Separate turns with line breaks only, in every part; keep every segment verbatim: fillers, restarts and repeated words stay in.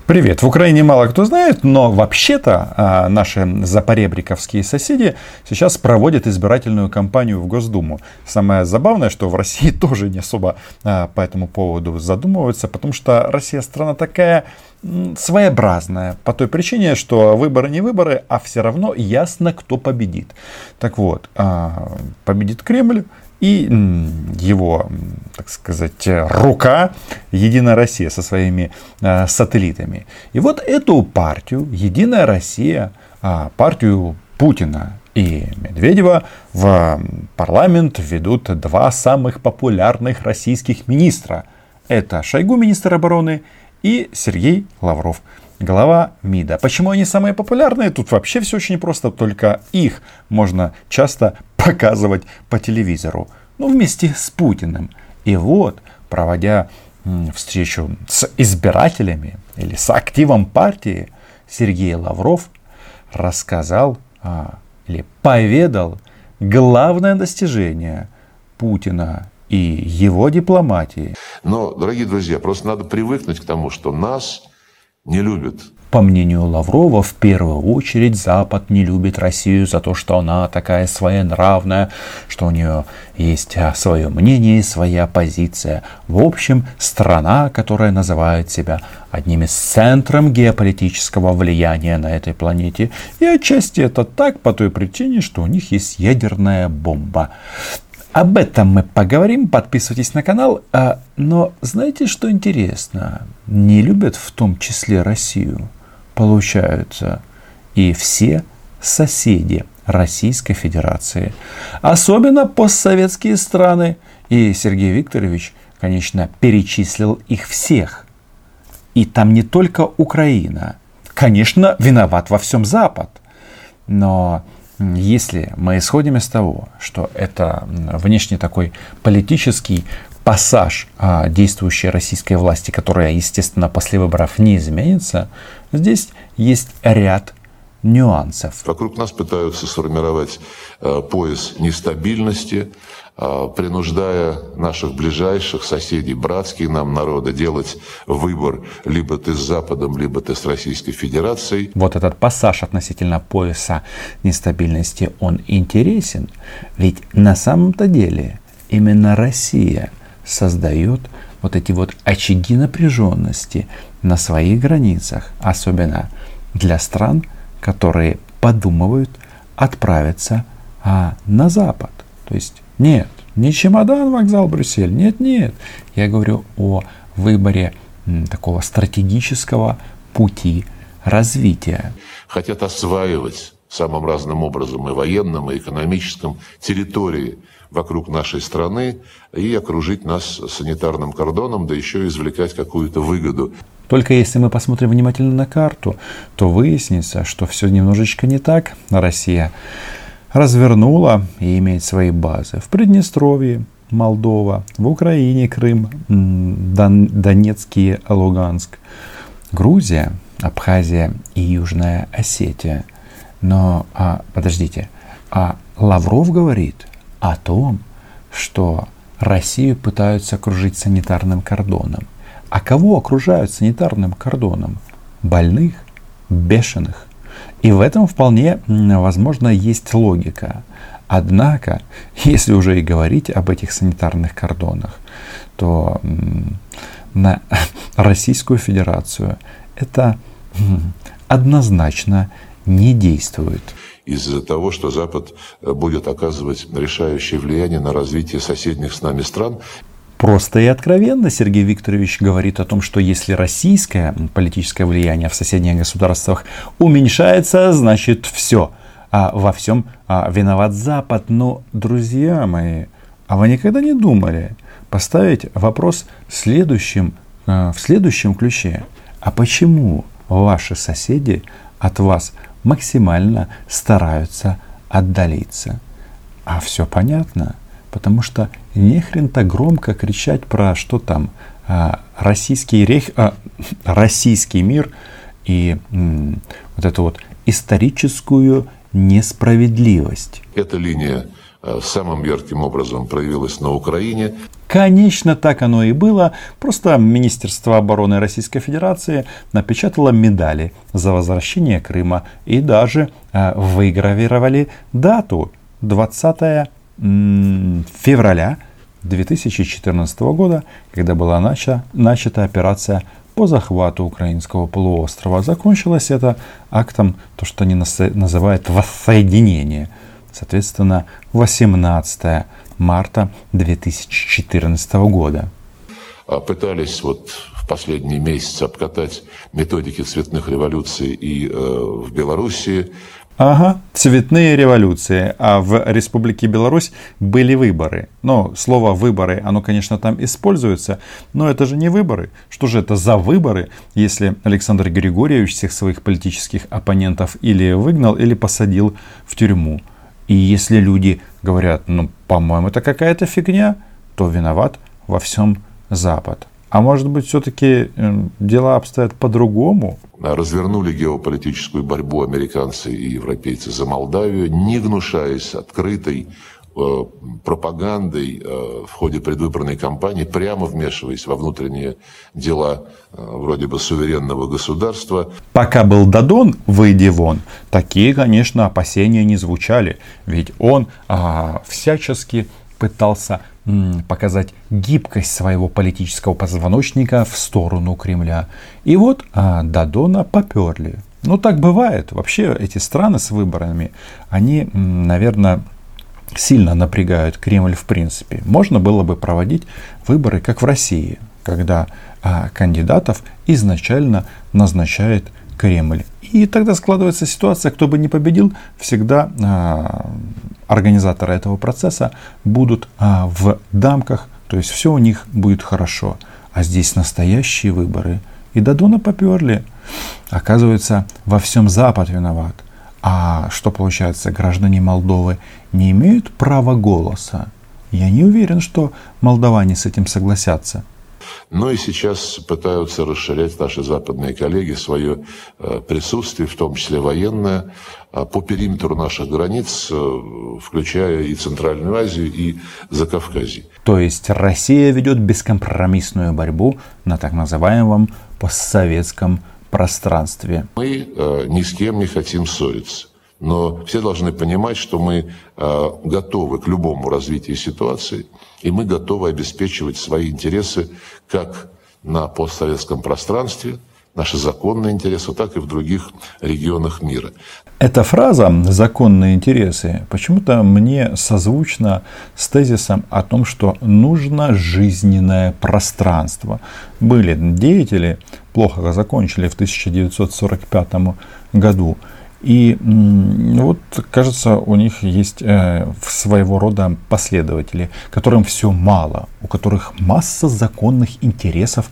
Привет. В Украине мало кто знает, но вообще-то наши запоребриковские соседи сейчас проводят избирательную кампанию в Госдуму. Самое забавное, что в России тоже не особо по этому поводу задумываются, потому что Россия страна такая своеобразная, по той причине, что выборы не выборы, а все равно ясно, кто победит. Так вот, победит Кремль. И его, так сказать, рука «Единая Россия» со своими э, сателлитами. И вот эту партию «Единая Россия», э, партию Путина и Медведева в парламент ведут два самых популярных российских министра. Это Шойгу, министр обороны, и Сергей Лавров, глава МИДа. Почему они самые популярные? Тут вообще все очень просто, только их можно часто показывать по телевизору. Ну, вместе с Путиным. И вот, проводя м, встречу с избирателями или с активом партии, Сергей Лавров рассказал а, или поведал главное достижение Путина и его дипломатии.
Но, дорогие друзья, просто надо привыкнуть к тому, что нас не любят.
По мнению Лаврова, в первую очередь Запад не любит Россию за то, что она такая своенравная, что у нее есть свое мнение и своя позиция. В общем, страна, которая называет себя одним из центров геополитического влияния на этой планете. И отчасти это так по той причине, что у них есть ядерная бомба. Об этом мы поговорим, подписывайтесь на канал. Но знаете, что интересно? Не любят в том числе Россию, получаются, и все соседи Российской Федерации. Особенно постсоветские страны. И Сергей Викторович, конечно, перечислил их всех. И там не только Украина. Конечно, виноват во всем Запад. Но если мы исходим из того, что это внешне такой политический пассаж а, действующей российской власти, которая, естественно, после выборов не изменится, здесь есть ряд нюансов.
Вокруг нас пытаются сформировать э, пояс нестабильности, э, принуждая наших ближайших соседей, братские нам народы, делать выбор: либо ты с Западом, либо ты с Российской Федерацией.
Вот этот пассаж относительно пояса нестабильности, он интересен, ведь на самом-то деле именно Россия создает вот эти вот очаги напряженности на своих границах, особенно для стран, которые подумывают отправиться а, на Запад. То есть нет, не чемодан, вокзал, Брюссель, нет, нет. Я говорю о выборе м, такого стратегического пути развития.
Хотят осваивать самым разным образом, и военным, и экономическим, территории вокруг нашей страны и окружить нас санитарным кордоном, да еще извлекать какую-то выгоду.
Только если мы посмотрим внимательно на карту, то выяснится, что все немножечко не так. Россия развернула и имеет свои базы в Приднестровье, Молдова, в Украине, Крым, Дон, Донецк и Луганск, Грузия, Абхазия и Южная Осетия. Но, а, подождите, а Лавров говорит о том, что Россию пытаются окружить санитарным кордоном. А кого окружают санитарным кордоном? Больных, бешеных. И в этом вполне возможно есть логика. Однако, если уже и говорить об этих санитарных кордонах, то на Российскую Федерацию это однозначно не действует.
Из-за того, что Запад будет оказывать решающее влияние на развитие соседних с нами стран.
Просто и откровенно Сергей Викторович говорит о том, что если российское политическое влияние в соседних государствах уменьшается, значит все. А во всем а, виноват Запад. Но, друзья мои, а вы никогда не думали поставить вопрос следующим, а, в следующем ключе? А почему ваши соседи от вас максимально стараются отдалиться? А все понятно. Потому что не хрен так громко кричать про что там а, российский, рейх, а, российский мир и м, вот эту вот историческую несправедливость.
Эта линия самым ярким образом проявилась на Украине.
Конечно, так оно и было. Просто Министерство обороны Российской Федерации напечатало медали за возвращение Крыма и даже э, выгравировали дату двадцатое февраля две тысячи четырнадцатого года, когда была начата, начата операция по захвату украинского полуострова. Закончилось это актом, то, что они называют воссоединение. Соответственно, восемнадцатое марта две тысячи четырнадцатого года.
Пытались вот в последние месяцы обкатать методики цветных революций и э, в Белоруссии.
Ага, цветные революции. А в Республике Беларусь были выборы. Но слово «выборы», оно, конечно, там используется, но это же не выборы. Что же это за выборы, если Александр Григорьевич всех своих политических оппонентов или выгнал, или посадил в тюрьму? И если люди говорят, ну, по-моему, это какая-то фигня, то виноват во всем Запад. А может быть, все-таки э, дела обстоят по-другому?
Развернули геополитическую борьбу американцы и европейцы за Молдавию, не гнушаясь открытой э, пропагандой э, в ходе предвыборной кампании, прямо вмешиваясь во внутренние дела э, вроде бы суверенного государства.
Пока был Дадон, выйди вон, такие, конечно, опасения не звучали. Ведь он а, всячески пытался м, показать гибкость своего политического позвоночника в сторону Кремля. И вот а, Дадона поперли. Ну, так бывает. Вообще эти страны с выборами, они, м, наверное, сильно напрягают Кремль в принципе. Можно было бы проводить выборы, как в России, когда а, кандидатов изначально назначает Кремль. И тогда складывается ситуация, кто бы ни победил, всегда а, организаторы этого процесса будут а, в дамках, то есть все у них будет хорошо. А здесь настоящие выборы. И Дадона поперли. Оказывается, во всем Запад виноват. А что получается, граждане Молдовы не имеют права голоса? Я не уверен, что молдаване с этим согласятся.
Но и сейчас пытаются расширять наши западные коллеги свое э, присутствие, в том числе военное, э, по периметру наших границ, э, включая и Центральную Азию, и Закавказье.
То есть Россия ведет бескомпромиссную борьбу на так называемом постсоветском пространстве.
Мы э, ни с кем не хотим ссориться. Но все должны понимать, что мы э, готовы к любому развитию ситуации, и мы готовы обеспечивать свои интересы как на постсоветском пространстве, наши законные интересы, так и в других регионах мира.
Эта фраза «законные интересы» почему-то мне созвучна с тезисом о том, что нужно жизненное пространство. Были деятели, плохо закончили в тысяча девятьсот сорок пятом году. И вот, кажется, у них есть э, своего рода последователи, которым все мало, у которых масса законных интересов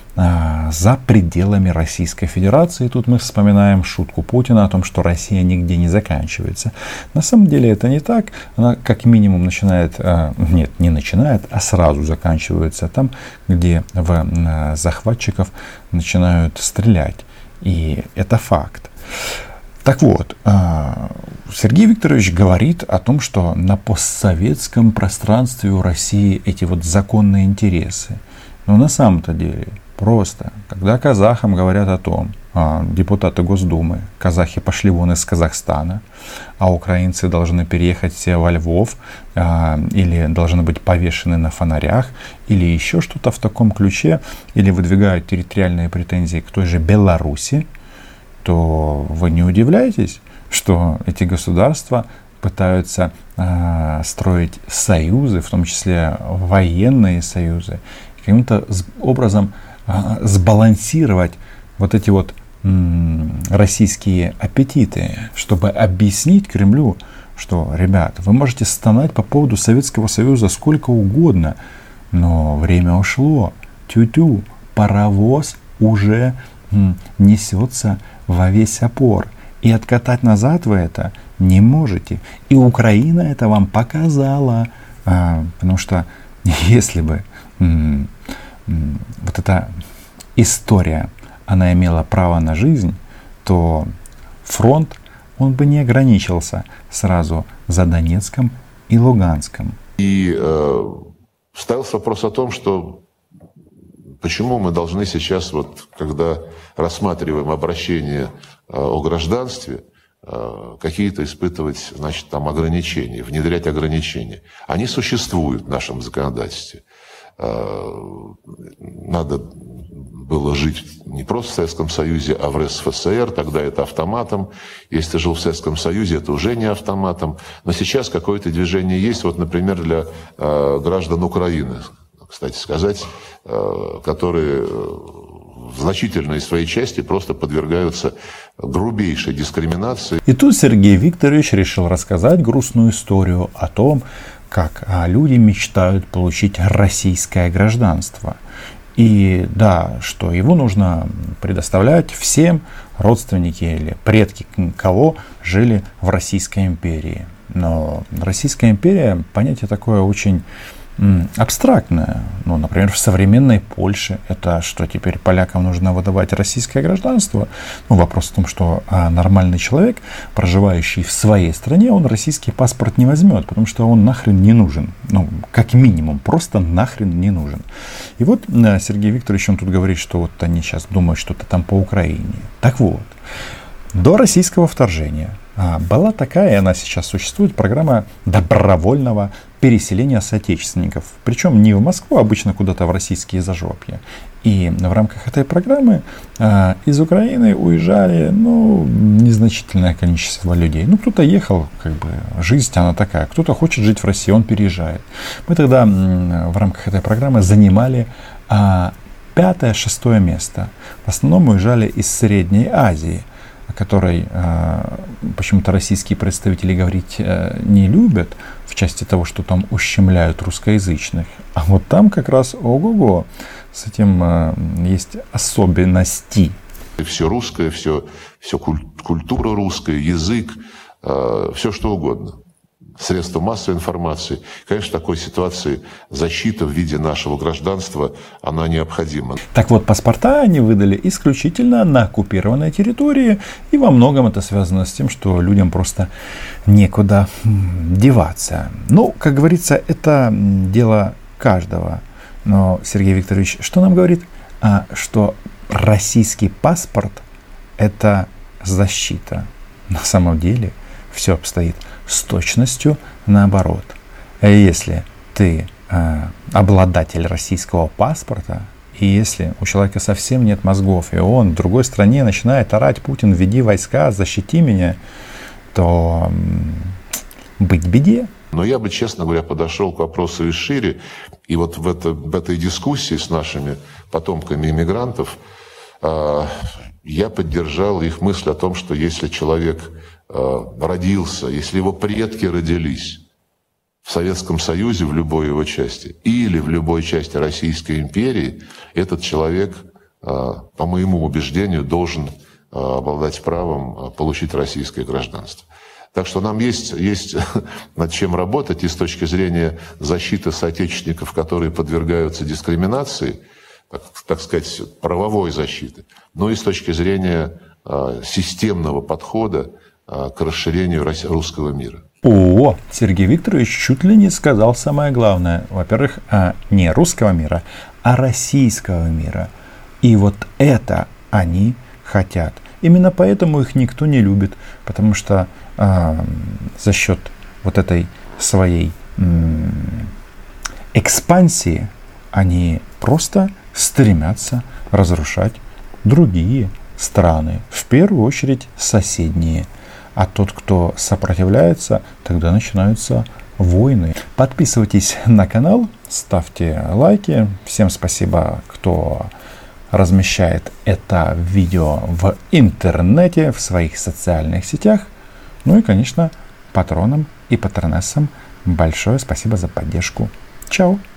э, за пределами Российской Федерации. И тут мы вспоминаем шутку Путина о том, что Россия нигде не заканчивается. На самом деле это не так. Она как минимум начинает, э, нет, не начинает, а сразу заканчивается там, где в э, захватчиков начинают стрелять. И это факт. Так вот, Сергей Викторович говорит о том, что на постсоветском пространстве у России эти вот законные интересы. Но на самом-то деле просто, когда казахам говорят о том, депутаты Госдумы, казахи пошли вон из Казахстана, а украинцы должны переехать все во Львов, или должны быть повешены на фонарях, или еще что-то в таком ключе, или выдвигают территориальные претензии к той же Беларуси, то вы не удивляетесь, что эти государства пытаются э, строить союзы, в том числе военные союзы, каким-то образом э, сбалансировать вот эти вот м, российские аппетиты, чтобы объяснить Кремлю, что, ребят, вы можете стонать по поводу Советского Союза сколько угодно, но время ушло, тю-тю, паровоз уже м, несется во весь опор. И откатать назад вы это не можете. И Украина это вам показала. А, потому что если бы м, м, вот эта история, она имела право на жизнь, то фронт, он бы не ограничился сразу за Донецком и Луганском.
И э, ставился вопрос о том, что почему мы должны сейчас, вот, когда рассматриваем обращение о гражданстве, какие-то испытывать, значит, там ограничения, внедрять ограничения. Они существуют в нашем законодательстве. Надо было жить не просто в Советском Союзе, а в РСФСР, тогда это автоматом. Если ты жил в Советском Союзе, это уже не автоматом. Но сейчас какое-то движение есть, вот, например, для граждан Украины, кстати сказать, которые в значительной своей части просто подвергаются грубейшей дискриминации.
И тут Сергей Викторович решил рассказать грустную историю о том, как люди мечтают получить российское гражданство. И да, что его нужно предоставлять всем родственники или предки, кого жили в Российской империи. Но Российская империя — понятие такое очень абстрактное. Ну, например, в современной Польше это что, теперь полякам нужно выдавать российское гражданство? Ну, вопрос в том, что а, нормальный человек, проживающий в своей стране, он российский паспорт не возьмет, потому что он нахрен не нужен. Ну, как минимум, просто нахрен не нужен. И вот а, Сергей Викторович, он тут говорит, что вот они сейчас думают что-то там по Украине. Так вот, до российского вторжения а, была такая, и она сейчас существует, программа добровольного переселения соотечественников. Причем не в Москву, а обычно куда-то в российские зажопья. И в рамках этой программы а, из Украины уезжали, ну, незначительное количество людей. Ну, кто-то ехал, как бы, жизнь она такая. Кто-то хочет жить в России, он переезжает. Мы тогда м, в рамках этой программы занимали а, пятое-шестое место. В основном уезжали из Средней Азии, о которой э, почему-то российские представители говорить э, не любят, в части того, что там ущемляют русскоязычных. А вот там как раз ого-го, с этим э, есть особенности.
Все русское, все, все культура русская, язык, э, все что угодно. Средства массовой информации. Конечно, в такой ситуации защита в виде нашего гражданства, она необходима.
Так вот, паспорта они выдали исключительно на оккупированной территории, и во многом это связано с тем, что людям просто некуда деваться. Ну, как говорится, это дело каждого. Но Сергей Викторович что нам говорит? А, что российский паспорт – это защита. На самом деле все обстоит с точностью наоборот. Если ты э, обладатель российского паспорта, и если у человека совсем нет мозгов, и он в другой стране начинает орать: «Путин, введи войска, защити меня», то э, быть беде.
Но я бы, честно говоря, подошел к вопросу и шире. И вот в, это, в этой дискуссии с нашими потомками иммигрантов э, я поддержал их мысль о том, что если человек родился, если его предки родились в Советском Союзе, в любой его части, или в любой части Российской империи, этот человек, по моему убеждению, должен обладать правом получить российское гражданство. Так что нам есть, есть над чем работать и с точки зрения защиты соотечественников, которые подвергаются дискриминации, так, так сказать, правовой защиты, но и с точки зрения системного подхода к расширению русского мира.
О, Сергей Викторович чуть ли не сказал самое главное. Во-первых, не русского мира, а российского мира. И вот это они хотят. Именно поэтому их никто не любит, потому что э, за счет вот этой своей э, экспансии они просто стремятся разрушать другие страны, в первую очередь соседние. А тот, кто сопротивляется, тогда начинаются войны. Подписывайтесь на канал, ставьте лайки. Всем спасибо, кто размещает это видео в интернете, в своих социальных сетях. Ну и, конечно, патронам и патронессам большое спасибо за поддержку. Чао!